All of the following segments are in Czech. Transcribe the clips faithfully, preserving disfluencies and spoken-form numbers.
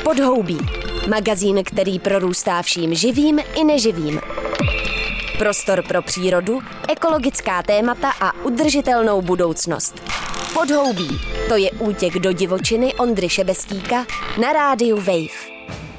Podhoubí. Magazín, který prorůstá vším živým i neživým. Prostor pro přírodu, ekologická témata a udržitelnou budoucnost. Podhoubí. To je útěk do divočiny Ondry Šebestíka na rádiu Wave.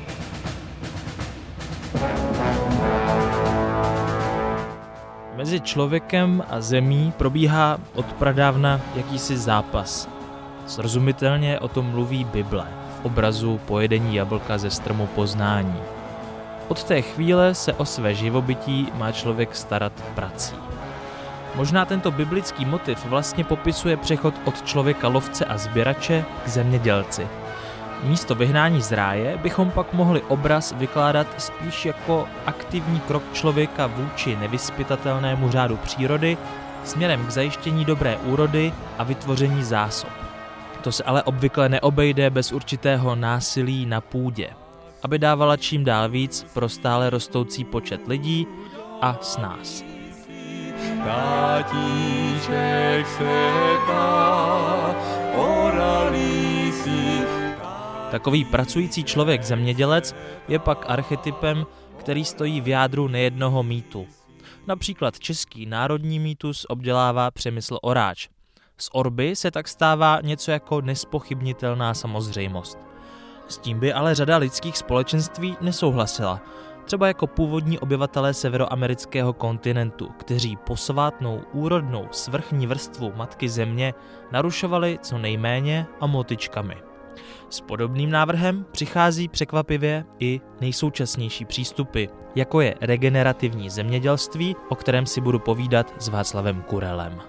Mezi člověkem a zemí probíhá od pradávna jakýsi zápas. Srozumitelně o tom mluví Bible v obrazu pojedení jablka ze stromu poznání. Od té chvíle se o své živobytí má člověk starat prací. Možná tento biblický motiv vlastně popisuje přechod od člověka lovce a sběrače k zemědělci. Místo vyhnání z ráje bychom pak mohli obraz vykládat spíš jako aktivní krok člověka vůči nevyzpytatelnému řádu přírody směrem k zajištění dobré úrody a vytvoření zásob. To se ale obvykle neobejde bez určitého násilí na půdě, aby dávala čím dál víc pro stále rostoucí počet lidí a snáz. Tatíček se dá, oralí si. Takový pracující člověk zemědělec je pak archetypem, který stojí v jádru nejednoho mýtu. Například český národní mýtus obdělává Přemysl Oráč. Z orby se tak stává něco jako nespochybnitelná samozřejmost. S tím by ale řada lidských společenství nesouhlasila. Třeba jako původní obyvatelé severoamerického kontinentu, kteří posvátnou úrodnou svrchní vrstvu matky země narušovali co nejméně a motyčkami. S podobným návrhem přichází překvapivě i nejsoučasnější přístupy, jako je regenerativní zemědělství, o kterém si budu povídat s Václavem Kurelem.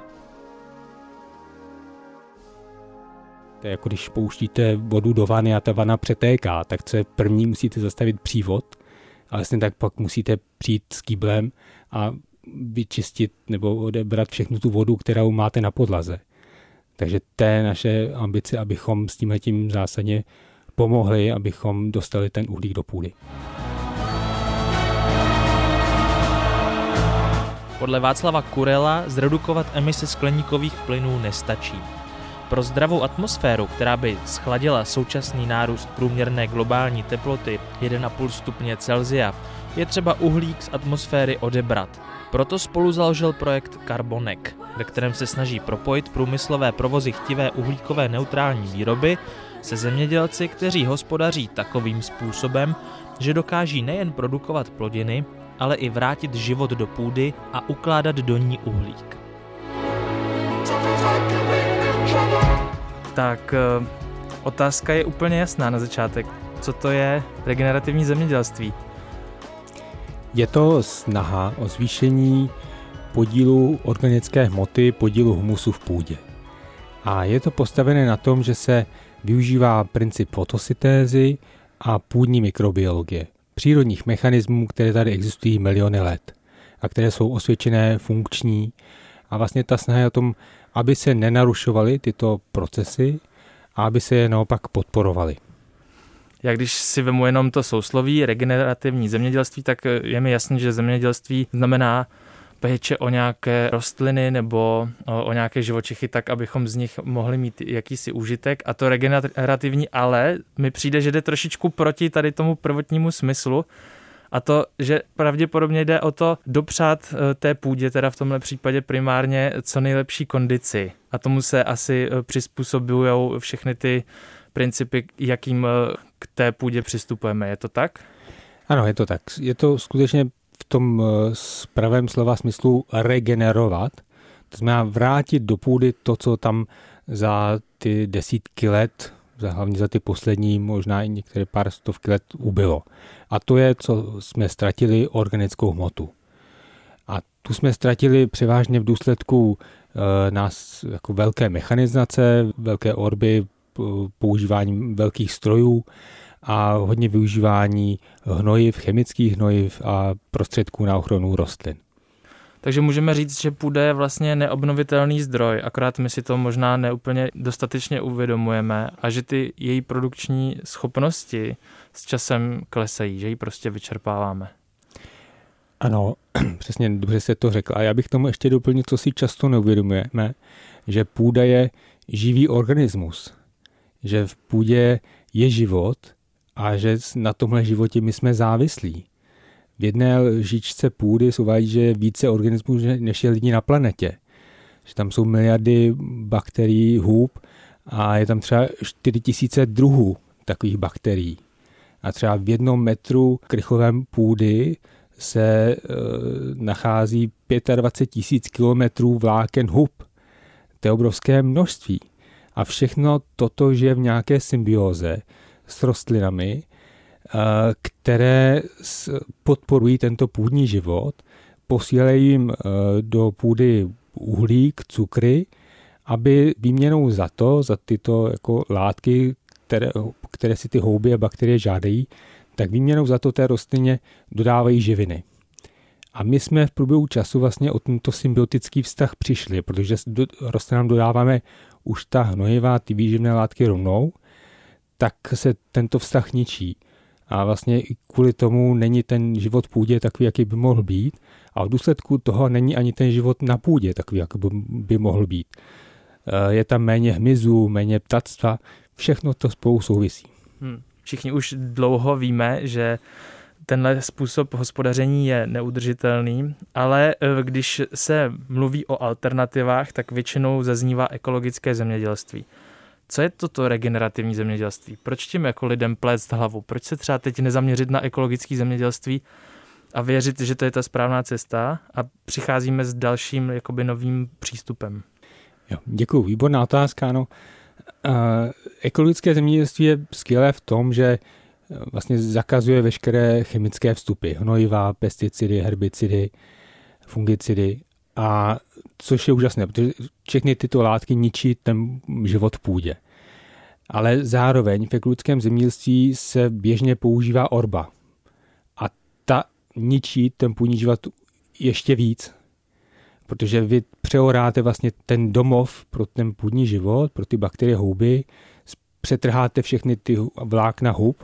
To je jako když pouštíte vodu do vany a ta vana přetéká, tak co je první, musíte zastavit přívod, a vlastně tak pak musíte přijít s kýblem a vyčistit nebo odebrat všechnu tu vodu, kterou máte na podlaze. Takže to je naše ambice, abychom s tímhletím zásadně pomohli, abychom dostali ten uhlík do půdy. Podle Václava Kurela zredukovat emise skleníkových plynů nestačí. Pro zdravou atmosféru, která by schladila současný nárůst průměrné globální teploty jedna celá pět stupně Celsia, je třeba uhlík z atmosféry odebrat. Proto spolu založil projekt Carbonek, ve kterém se snaží propojit průmyslové provozy chtivé uhlíkové neutrální výroby se zemědělci, kteří hospodaří takovým způsobem, že dokáží nejen produkovat plodiny, ale i vrátit život do půdy a ukládat do ní uhlík. Tak otázka je úplně jasná na začátek. Co to je regenerativní zemědělství? Je to snaha o zvýšení podílu organické hmoty, podílu humusu v půdě. A je to postavené na tom, že se využívá princip fotosyntézy a půdní mikrobiologie, přírodních mechanismů, které tady existují miliony let a které jsou osvědčené, funkční. A vlastně ta snaha je o tom, aby se nenarušovaly tyto procesy a aby se je naopak podporovaly. Já když si vemu jenom to sousloví regenerativní zemědělství, tak je mi jasné, že zemědělství znamená péče o nějaké rostliny nebo o, o nějaké živočichy tak, abychom z nich mohli mít jakýsi úžitek. A to regenerativní ale mi přijde, že jde trošičku proti tady tomu prvotnímu smyslu. A to, že pravděpodobně jde o to dopřát té půdě, teda v tomhle případě primárně co nejlepší kondici. A tomu se asi přizpůsobují všechny ty principy, jakým k té půdě přistupujeme. Je to tak? Ano, je to tak. Je to skutečně v tom pravém slova smyslu regenerovat. To znamená vrátit do půdy to, co tam za ty desítky let, hlavně za ty poslední, možná i některé pár stovky let ubylo. A to je, co jsme ztratili, organickou hmotu. A tu jsme ztratili převážně v důsledku e, nás jako velké mechanizace, velké orby, používání velkých strojů a hodně využívání hnojiv, chemických hnojiv a prostředků na ochranu rostlin. Takže můžeme říct, že půda je vlastně neobnovitelný zdroj, akorát my si to možná neúplně dostatečně uvědomujeme a že ty její produkční schopnosti s časem klesají, že ji prostě vyčerpáváme. Ano, přesně, dobře jste to řekl. A já bych tomu ještě doplnil, co si často neuvědomujeme, že půda je živý organismus, že v půdě je život a že na tomhle životě my jsme závislí. V jedné lžičce půdy se uvádí, že je více organismů, než je lidí na planetě. Že tam jsou miliardy bakterií, hub a je tam třeba čtyři tisíce druhů takových bakterií. A třeba v jednom metru krychlovém půdy se e, nachází dvacet pět tisíc kilometrů vláken hub. To je obrovské množství. A všechno toto žije v nějaké symbióze s rostlinami, které podporují tento půdní život, posílají jim do půdy uhlík, cukry, aby výměnou za to, za tyto jako látky, které, které si ty houby a bakterie žádají, tak výměnou za to té rostlině dodávají živiny. A my jsme v průběhu času vlastně o tento symbiotický vztah přišli, protože rostlinám dodáváme už ta hnojiva, ty výživné látky rovnou, tak se tento vztah ničí. A vlastně i kvůli tomu není ten život v půdě takový, jaký by mohl být. A v důsledku toho není ani ten život na půdě takový, jaký by mohl být. Je tam méně hmyzu, méně ptactva, všechno to spolu souvisí. Hmm. Všichni už dlouho víme, že tenhle způsob hospodaření je neudržitelný, ale když se mluví o alternativách, tak většinou zaznívá ekologické zemědělství. Co je toto regenerativní zemědělství? Proč tím jako lidem plést hlavu? Proč se třeba teď nezaměřit na ekologické zemědělství a věřit, že to je ta správná cesta a přicházíme s dalším jakoby novým přístupem? Jo, děkuju, výborná otázka. No. Uh, ekologické zemědělství je skvělé v tom, že vlastně zakazuje veškeré chemické vstupy, hnojiva, pesticidy, herbicidy, fungicidy, a což je úžasné, protože všechny tyto látky ničí ten život v půdě. Ale zároveň v ekologickém zemědělství se běžně používá orba. A ta ničí ten půdní život ještě víc, protože vy přeoráte vlastně ten domov pro ten půdní život, pro ty bakterie houby, přetrháte všechny ty vlákna hub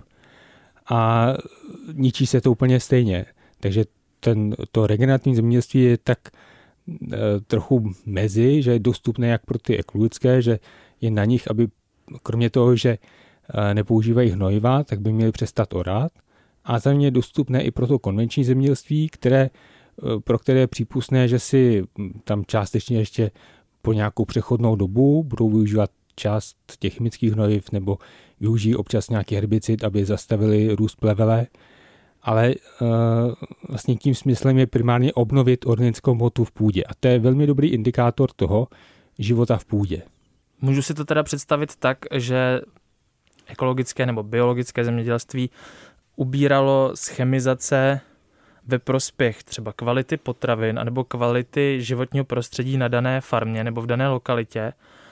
a ničí se to úplně stejně. Takže ten, to regenerativní zemědělství je tak e, trochu mezi, že je dostupné jak pro ty ekologické, že je na nich, aby kromě toho, že e, nepoužívají hnojiva, tak by měli přestat orát. A zároveň je dostupné i pro to konvenční zemědělství, které, e, pro které je přípustné, že si tam částečně ještě po nějakou přechodnou dobu budou využívat část těch chemických hnojiv nebo využijí občas nějaký herbicid, aby zastavili růst plevele. Ale uh, vlastně tím smyslem je primárně obnovit organickou hmotu v půdě. A to je velmi dobrý indikátor toho života v půdě. Můžu si to teda představit tak, že ekologické nebo biologické zemědělství ubíralo z chemizace ve prospěch třeba kvality potravin anebo kvality životního prostředí na dané farmě nebo v dané lokalitě,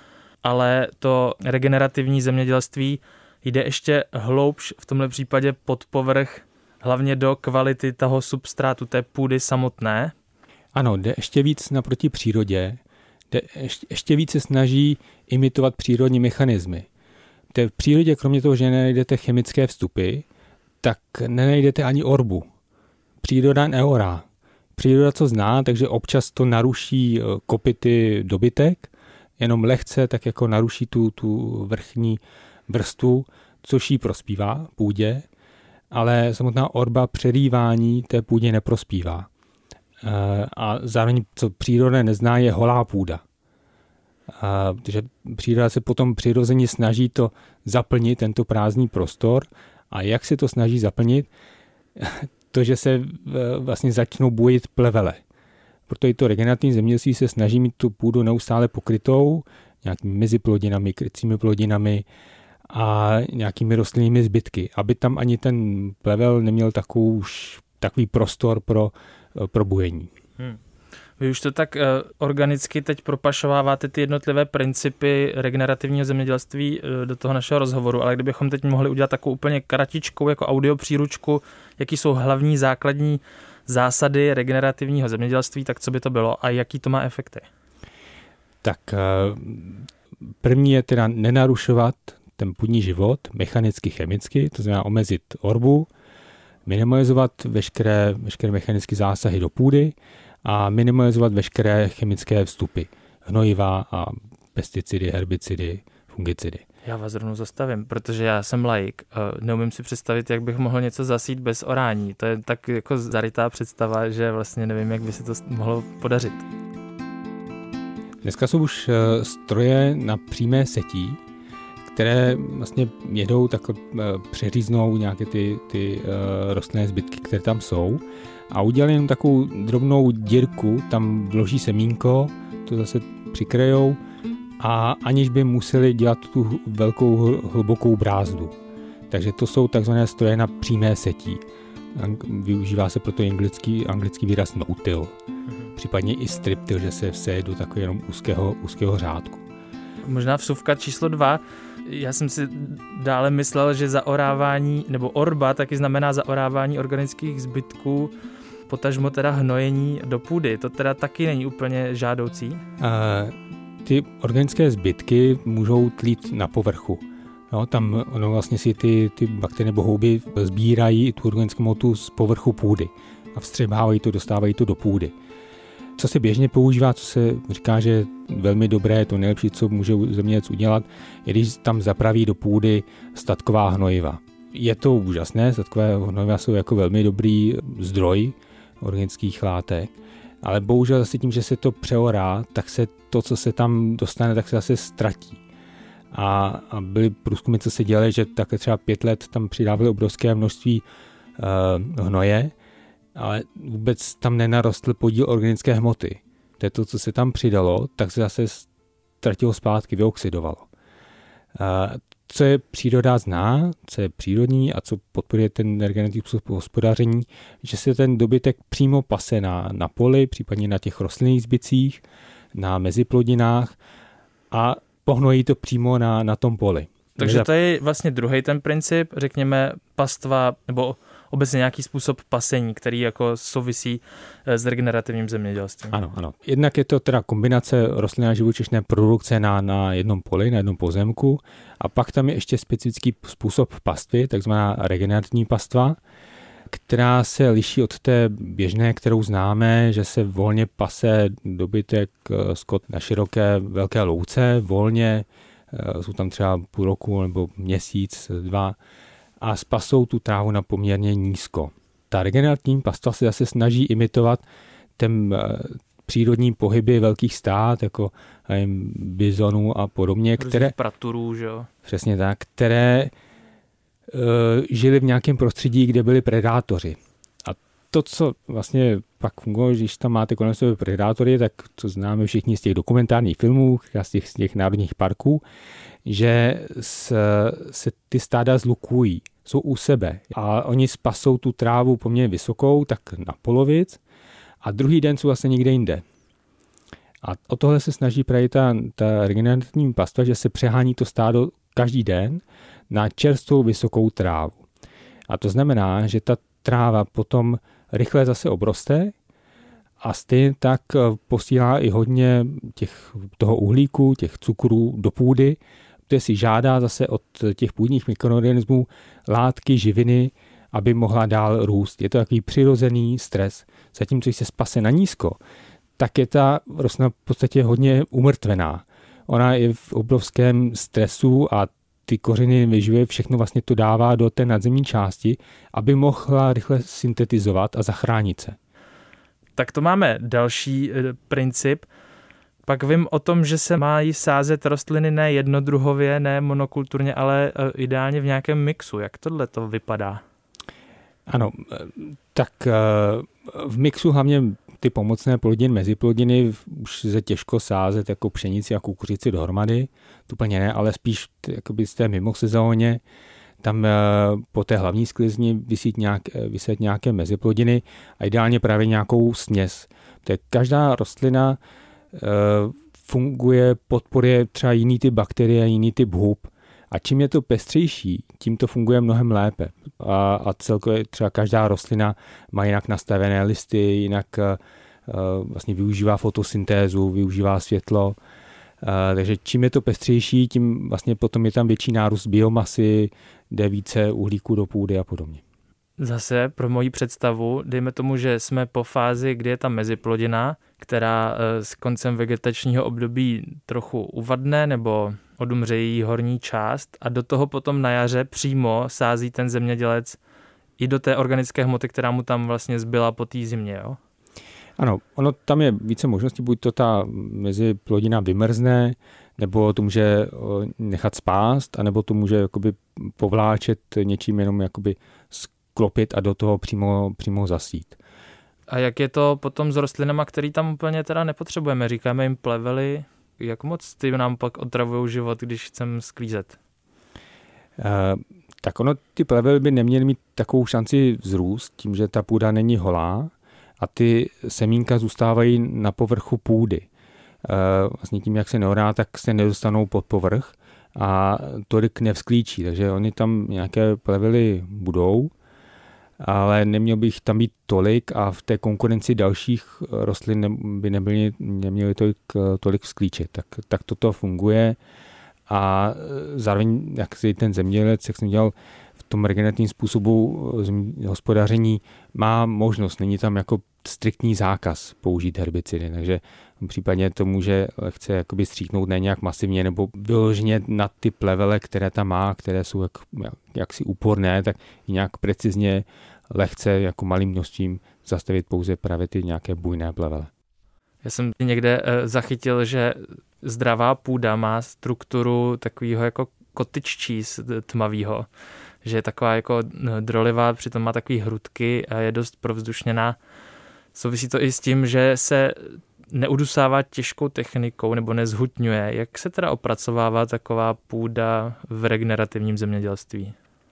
ale to regenerativní zemědělství jde ještě hloubš v tomhle případě pod povrch, hlavně do kvality toho substrátu, té půdy samotné. Ano, jde ještě víc naproti přírodě, jde ještě, ještě víc se snaží imitovat přírodní mechanismy. V přírodě, kromě toho, že nenajdete chemické vstupy, tak nenajdete ani orbu. Příroda neorá. Příroda co zná, takže občas to naruší kopyty dobytek, jenom lehce tak jako naruší tu, tu vrchní vrstvu, což jí prospívá půdě, ale samotná orba přerývání té půdě neprospívá. A zároveň, co příroda nezná, je holá půda. Protože příroda se potom přirozeně snaží to zaplnit, tento prázdný prostor, a jak se to snaží zaplnit? To, že se vlastně začnou bujit plevele. Proto i to regenerativní zemědělství se snaží mít tu půdu neustále pokrytou nějakými meziplodinami, krycími plodinami a nějakými rostlinnými zbytky, aby tam ani ten plevel neměl takovou už, takový prostor pro, pro bujení. Hmm. Vy už to tak uh, organicky teď propašováváte ty jednotlivé principy regenerativního zemědělství uh, do toho našeho rozhovoru, ale kdybychom teď mohli udělat takovou úplně kratičkou jako audio příručku, jaký jsou hlavní základní zásady regenerativního zemědělství, tak co by to bylo a jaký to má efekty? Tak první je teda nenarušovat ten půdní život mechanicky, chemicky, to znamená omezit orbu, minimalizovat veškeré, veškeré mechanické zásahy do půdy a minimalizovat veškeré chemické vstupy, hnojiva a pesticidy, herbicidy, fungicidy. Já vás rovnou zastavím, protože já jsem laik. Neumím si představit, jak bych mohl něco zasít bez orání. To je tak jako zarytá představa, že vlastně nevím, jak by se to mohlo podařit. Dneska jsou už stroje na přímé setí, které vlastně jedou takhle, přeříznou nějaké ty, ty rostlinné zbytky, které tam jsou a udělali jenom takovou drobnou dírku, tam vloží semínko, to zase přikrejou a aniž by museli dělat tu velkou hlubokou brázdu. Takže to jsou takzvané stroje na přímé setí. Využívá se proto anglický, anglický výraz no-till. Případně i strip-till, že se vseje do takového jenom úzkého, úzkého řádku. Možná vsuvka číslo dva. Já jsem si dále myslel, že zaorávání, nebo orba taky znamená zaorávání organických zbytků, potažmo teda hnojení do půdy. To teda taky není úplně žádoucí? Uh, ty organické zbytky můžou tlít na povrchu. No, tam ono vlastně si ty, ty bakterie nebo houby sbírají tu organickou hmotu z povrchu půdy a vstřebávají to, dostávají to do půdy. Co se běžně používá, co se říká, že je velmi dobré, to nejlepší, co může zemědělec udělat, je, když tam zapraví do půdy statková hnojiva. Je to úžasné, statkové hnojiva jsou jako velmi dobrý zdroj organických látek, ale bohužel zase tím, že se to přeorá, tak se to, co se tam dostane, tak se zase ztratí. A, a byly průzkumy, co se dělaly, že také třeba pět let tam přidávali obrovské množství uh, hnoje, ale vůbec tam nenarostl podíl organické hmoty. To je to, co se tam přidalo, tak se zase ztratilo zpátky, vyoxidovalo. Uh, co je příroda zná, co je přírodní a co podporuje ten regenerativní způsob hospodaření, že se ten dobytek přímo pase na, na poli, případně na těch rostlinných zbytcích, na meziplodinách a pohnojí to přímo na, na tom poli. Takže to je vlastně druhý ten princip, řekněme pastva nebo obecně nějaký způsob pasení, který jako souvisí s regenerativním zemědělstvím. Ano, ano. Jednak je to teda kombinace rostlinné a živočišné produkce na, na jednom poli, na jednom pozemku a pak tam je ještě specifický způsob pastvy, takzvaná regenerativní pastva, která se liší od té běžné, kterou známe, že se volně pase dobytek skot na široké velké louce, volně, jsou tam třeba půl roku nebo měsíc, dva, a spasou tu trávu na poměrně nízko. Ta regenerativní pastva se zase snaží imitovat ten přírodní pohyby velkých stát, jako nevím, bizonů a podobně, které, praturů, že jo? Přesně tak, které uh, žili v nějakém prostředí, kde byli predátoři. A to, co vlastně pak funguje, když tam máte kolem sebe predátory, tak to známe všichni z těch dokumentárních filmů, z těch, z těch národních parků, že se, se ty stáda zlukují, jsou u sebe a oni spasou tu trávu poměrně vysokou, tak na polovic a druhý den jsou vlastně někde jinde. A o tohle se snaží právě ta, ta regenerativní pastva, že se přehání to stádo každý den na čerstvou vysokou trávu. A to znamená, že ta tráva potom rychle zase obroste a stejně tak posílá i hodně těch, toho uhlíku, těch cukrů do půdy, kde si žádá zase od těch půdních mikroorganismů látky, živiny, aby mohla dál růst. Je to takový přirozený stres. Zatímco, když se spase na nízko, tak je ta rostlina v podstatě hodně umrtvená. Ona je v obrovském stresu a ty kořeny vyživuje, všechno vlastně to dává do té nadzemní části, aby mohla rychle syntetizovat a zachránit se. Tak to máme další princip. Pak vím o tom, že se mají sázet rostliny ne jednodruhově, ne monokulturně, ale ideálně v nějakém mixu. Jak tohle to vypadá? Ano, tak v mixu hlavně ty pomocné plodiny, meziplodiny už se těžko sázet jako pšenici a kukuřici dohromady. To úplně ne, ale spíš jakoby z té mimosezóně. Tam po té hlavní sklizni visít nějak, vyset nějaké meziplodiny a ideálně právě nějakou směs. Každá rostlina funguje, podporuje třeba jiný typ bakterie, jiný typ hub. A čím je to pestřejší, tím to funguje mnohem lépe. A, a celkově třeba každá rostlina má jinak nastavené listy, jinak uh, vlastně využívá fotosyntézu, využívá světlo. Uh, takže čím je to pestřejší, tím vlastně potom je tam větší nárůst biomasy, jde více uhlíku do půdy a podobně. Zase pro moji představu, dejme tomu, že jsme po fázi, kdy je ta meziplodina, která s koncem vegetačního období trochu uvadne nebo odumře její horní část a do toho potom na jaře přímo sází ten zemědělec i do té organické hmoty, která mu tam vlastně zbyla po té zimě, jo? Ano, ono tam je více možností, buď to ta meziplodina vymrzne, nebo to může nechat spást, anebo to může jakoby povláčet něčím jenom jakoby sklopit a do toho přímo, přímo zasít. A jak je to potom s rostlinama, který tam úplně teda nepotřebujeme? Říkáme jim plevely. Jak moc ty nám pak otravují život, když chceme sklízet? Uh, tak ono, ty plevely by neměly mít takovou šanci vzrůst, tím, že ta půda není holá a ty semínka zůstávají na povrchu půdy. Uh, vlastně tím, jak se neorá, tak se nedostanou pod povrch a tolik nevzklíčí, takže oni tam nějaké plevely budou, ale neměl bych tam být tolik a v té konkurenci dalších rostlin by nebyly, neměly tolik, tolik vzklíčit. Tak, tak toto funguje a zároveň, jak si ten zemědělec, jak jsem dělal v tom regenerativním způsobu hospodaření, má možnost, není tam jako striktní zákaz použít herbicidy, takže případně to může lehce jakoby stříknout ne nějak masivně nebo vyloženě na ty plevele, které tam má, které jsou jak, jaksi úporné, tak i nějak precizně lehce jako malým množstvím zastavit pouze právě ty nějaké bujné plevele. Já jsem někde zachytil, že zdravá půda má strukturu takového jako cottage cheese tmavýho, že je taková jako drolivá, přitom má takový hrudky a je dost provzdušněná. Souvisí to i s tím, že se neudusává těžkou technikou nebo nezhutňuje. Jak se teda opracovává taková půda v regenerativním zemědělství?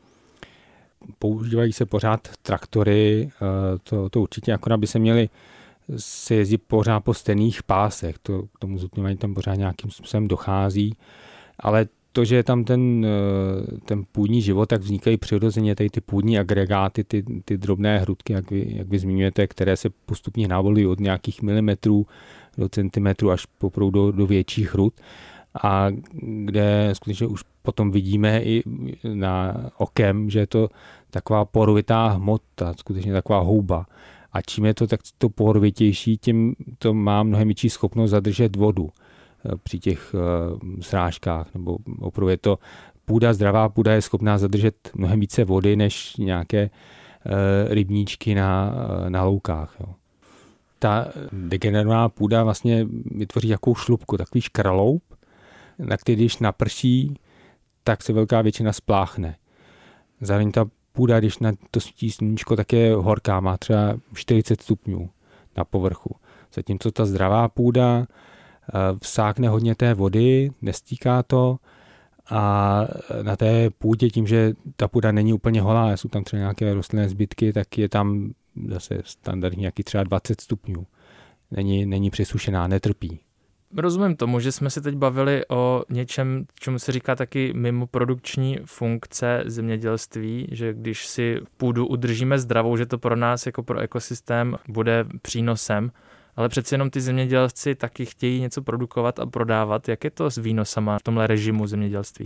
Používají se pořád traktory, to, to určitě, akorát by se měly se jezdit pořád po stejných pásech, to, k tomu zhutňování tam pořád nějakým způsobem dochází, ale to, že je tam ten, ten půdní život, tak vznikají přirozeně tady ty půdní agregáty, ty, ty drobné hrudky, jak vy, jak vy zmiňujete, které se postupně návolují od nějakých milimetrů do centimetrů až poprou do, do větších hrud a kde skutečně už potom vidíme i na okem, že je to taková porovitá hmota, skutečně taková houba. A čím je to tak to porovitější, tím to má mnohem větší schopnost zadržet vodu při těch srážkách, nebo opravdu je to půda, zdravá půda je schopná zadržet mnohem více vody, než nějaké rybníčky na, na loukách. Jo. Ta degenerovaná půda vlastně vytvoří jakou šlupku, takový škraloup, na který když naprší, tak se velká většina spláchne. Zároveň ta půda, když na to svítí sluníčko, tak je horká, má třeba čtyřicet stupňů na povrchu. Zatímco ta zdravá půda vsákne hodně té vody, nestýká to a na té půdě tím, že ta půda není úplně holá, jsou tam třeba nějaké rostlinné zbytky, tak je tam zase standardně nějaký třeba dvacet stupňů. Není, není přesušená, netrpí. Rozumím tomu, že jsme se teď bavili o něčem, čemu se říká taky mimoprodukční funkce zemědělství, že když si půdu udržíme zdravou, že to pro nás jako pro ekosystém bude přínosem, ale přeci jenom ty zemědělci taky chtějí něco produkovat a prodávat. Jak je to s výnosama v tomhle režimu zemědělství?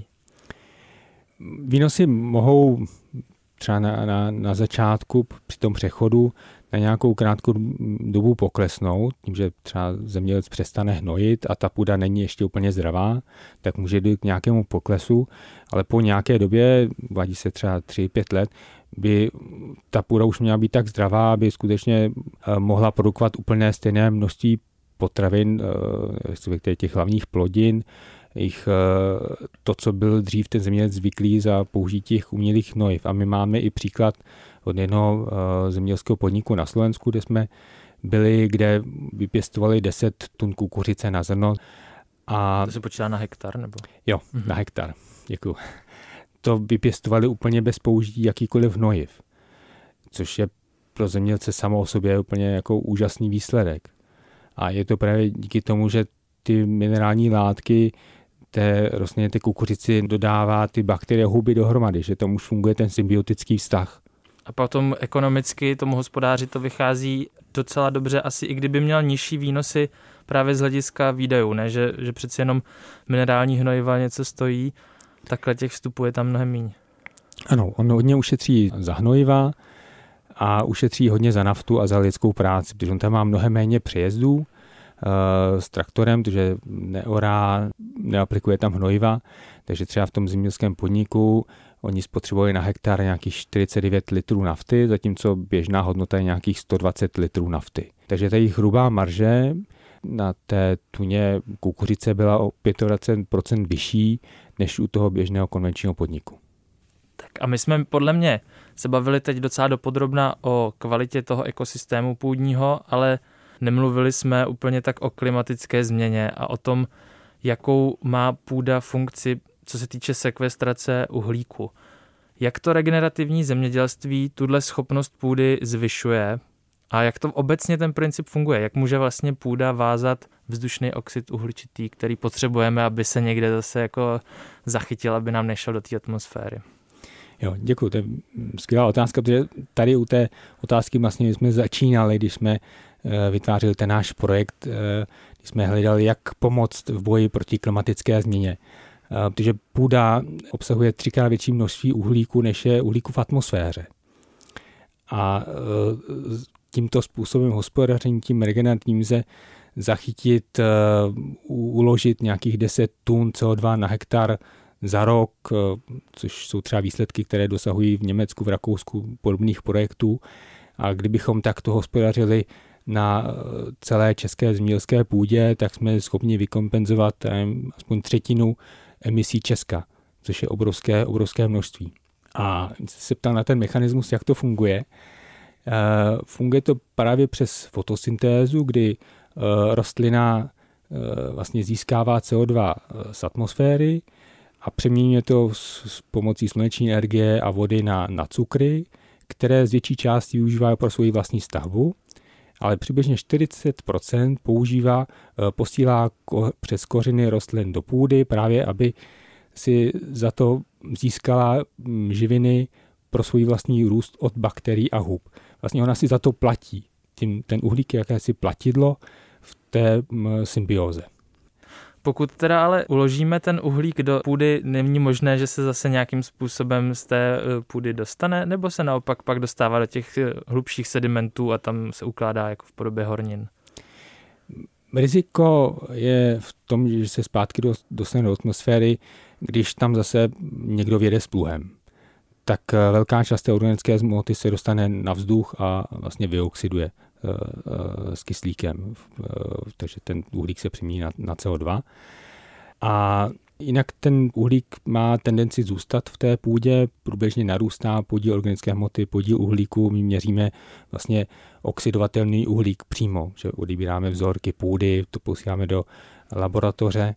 Výnosy mohou třeba na, na, na začátku při tom přechodu na nějakou krátkou dobu poklesnout, tím, že třeba zemědělec přestane hnojit a ta půda není ještě úplně zdravá, tak může dojít k nějakému poklesu, ale po nějaké době, vadí se třeba tři pět let, by ta půda už měla být tak zdravá, aby skutečně mohla produkovat úplně stejné množství potravin, respektive těch hlavních plodin, jich, to, co byl dřív ten zemědělec zvyklý za použití těch umělých hnojiv. A my máme i příklad od jednoho zemědělského podniku na Slovensku, kde jsme byli, kde vypěstovali deset tun kukuřice na zrno. A to se počítá na hektar? Nebo? Jo, mm-hmm. na hektar. Děkuju. To vypěstovali úplně bez použití jakýkoliv hnojiv, což je pro zemědělce samo o sobě úplně jako úžasný výsledek. A je to právě díky tomu, že ty minerální látky té rostlině, té kukuřici dodává ty bakterie huby dohromady, že tam už funguje ten symbiotický vztah. A potom ekonomicky tomu hospodáři to vychází docela dobře, asi i kdyby měl nižší výnosy právě z hlediska výdajů, ne? Že, že přeci jenom minerální hnojiva něco stojí, takhle těch vstupů je tam mnohem míň. Ano, on hodně ušetří za hnojiva a ušetří hodně za naftu a za lidskou práci, protože on tam má mnohem méně přejezdů uh, s traktorem, protože neorá, neaplikuje tam hnojiva, takže třeba v tom zemědělském podniku oni spotřebovali na hektar nějakých čtyřicet devět litrů nafty, zatímco běžná hodnota je nějakých sto dvacet litrů nafty. Takže ta jejich hrubá marže na té tuně kukuřice byla o dvacet pět procent vyšší než u toho běžného konvenčního podniku. Tak a my jsme podle mě se bavili teď docela dopodrobna o kvalitě toho ekosystému půdního, ale nemluvili jsme úplně tak o klimatické změně a o tom, jakou má půda funkci, co se týče sekvestrace uhlíku. Jak to regenerativní zemědělství tuhle schopnost půdy zvyšuje a jak to obecně ten princip funguje? Jak může vlastně půda vázat vzdušný oxid uhličitý, který potřebujeme, aby se někde zase jako zachytil, aby nám nešel do té atmosféry? Jo, děkuji, to je skvělá otázka, protože tady u té otázky vlastně jsme začínali, když jsme vytvářeli ten náš projekt, když jsme hledali, jak pomoct v boji proti klimatické změně. Protože půda obsahuje třikrát větší množství uhlíku, než je uhlíku v atmosféře. A tímto způsobem hospodaření, tím regenerativním lze zachytit, uložit nějakých deset tun C O dva na hektar za rok, což jsou třeba výsledky, které dosahují v Německu, v Rakousku podobných projektů. A kdybychom takto hospodařili na celé české zemědělské půdě, tak jsme schopni vykompenzovat aspoň třetinu emisí Česka, což je obrovské, obrovské množství. A se ptal na ten mechanismus, jak to funguje. Funguje to právě přes fotosyntézu, kdy rostlina vlastně získává C O dva z atmosféry a přeměňuje to s pomocí sluneční energie a vody na, na cukry, které z větší části využívá pro svou vlastní stavbu, ale přibližně čtyřicet procent používá, posílá ko, přes kořeny rostlin do půdy, právě aby si za to získala živiny pro svůj vlastní růst od bakterií a hub. Vlastně ona si za to platí. Tím, ten uhlík je jakési platidlo v té symbióze. Pokud teda ale uložíme ten uhlík do půdy, není možné, že se zase nějakým způsobem z té půdy dostane, nebo se naopak pak dostává do těch hlubších sedimentů a tam se ukládá jako v podobě hornin? Riziko je v tom, že se zpátky dostane do atmosféry, když tam zase někdo vjede s pluhem. Tak velká část té organické hmoty se dostane na vzduch a vlastně vyoxiduje s kyslíkem, takže ten uhlík se přemění na, na C O dva. A jinak ten uhlík má tendenci zůstat v té půdě, průběžně narůstá podíl organické hmoty, podíl uhlíku, my měříme vlastně oxidovatelný uhlík přímo, že odebíráme vzorky půdy, to posíláme do laboratoře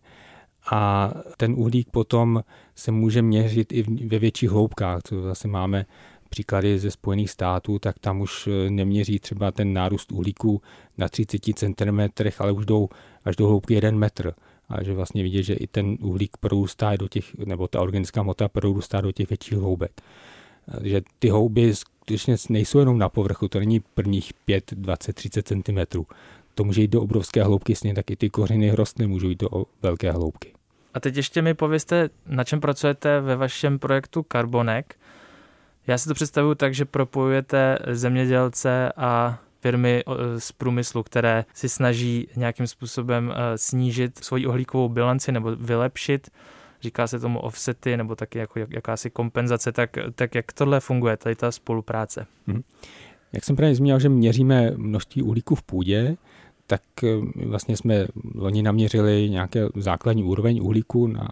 a ten uhlík potom se může měřit i ve větších hloubkách, co zase máme příklady ze Spojených států, tak tam už neměří třeba ten nárůst uhlíku na třicet centimetrech, ale už jdou až do hloubky jeden metr. A že vlastně vidět, že i ten uhlík prorůstá do těch, nebo ta organická hmota prorůstá do těch větších hloubek. Že ty houby skutečně nejsou jenom na povrchu, to není prvních pět, dvacet, třicet centimetrů. To může jít do obrovské hloubky, stejně tak i ty kořeny rostlin můžou jít do velké hloubky. A teď ještě mi povězte, na čem pracujete ve vašem projektu Carbonek. Já si to představuju tak, že propojujete zemědělce a firmy z průmyslu, které si snaží nějakým způsobem snížit svoji uhlíkovou bilanci nebo vylepšit. Říká se tomu offsety nebo taky jako jakási kompenzace. Tak, tak jak tohle funguje, tady ta spolupráce? Hmm. Jak jsem právě zmínil, že měříme množství uhlíku v půdě, tak vlastně jsme loni naměřili nějaké základní úroveň uhlíku na,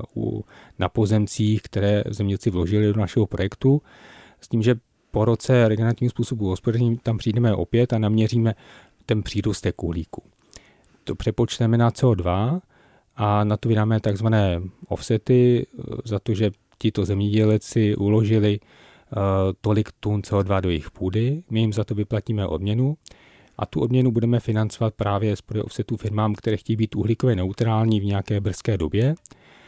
na pozemcích, které zemědělci vložili do našeho projektu, s tím, že po roce regenerativního způsobu hospodaření tam přijdeme opět a naměříme ten přírůstek uhlíku. To přepočteme na C O dva a na to vydáme takzvané offsety za to, že tito zemědělci uložili uh, tolik tun C O dva do jejich půdy. My jim za to vyplatíme odměnu a tu odměnu budeme financovat právě z prodeje offsetů firmám, které chtějí být uhlíkově neutrální v nějaké brzké době,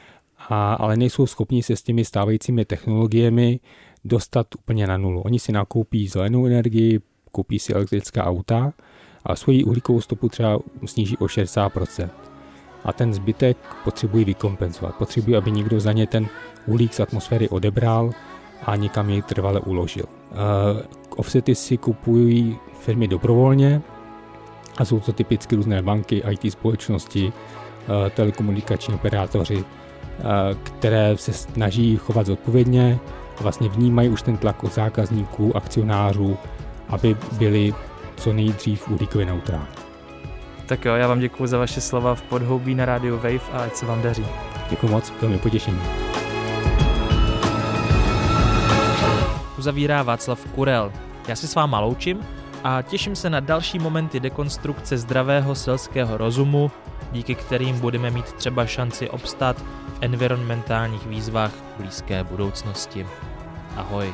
a, ale nejsou schopni se s těmi stávajícími technologiemi dostat úplně na nulu. Oni si nakoupí zelenou energii, koupí si elektrická auta a svoji uhlíkovou stopu třeba sníží o šedesát procent. A ten zbytek potřebují vykompenzovat. Potřebují, aby někdo za ně ten uhlík z atmosféry odebral a někam jej trvale uložil. offsety si kupují firmy dobrovolně a jsou to typicky různé banky, í té společnosti, telekomunikační operátoři, které se snaží chovat zodpovědně a vlastně vnímají už ten tlak od zákazníků, akcionářů, aby byli co nejdřív uhlíkově neutrální. Tak jo, já vám děkuji za vaše slova v podhoubí na rádiu Wave a ať se vám daří. Děkuji moc, bylo mi potěšení. Uzavírá Václav Kurel. Já si s váma loučím a těším se na další momenty dekonstrukce zdravého selského rozumu, díky kterým budeme mít třeba šanci obstát v environmentálních výzvách blízké budoucnosti. Ahoj.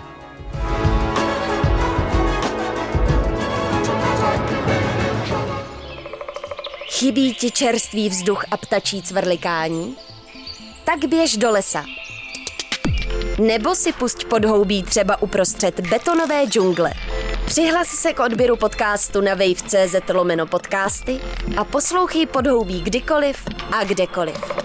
Chybí ti čerstvý vzduch a ptačí cvrlikání? Tak běž do lesa. Nebo si pusť podhoubí třeba uprostřed betonové džungle. Přihlas se k odběru podcastu na wave tečka cz lomeno podcasty a poslouchej podhoubí kdykoliv a kdekoliv.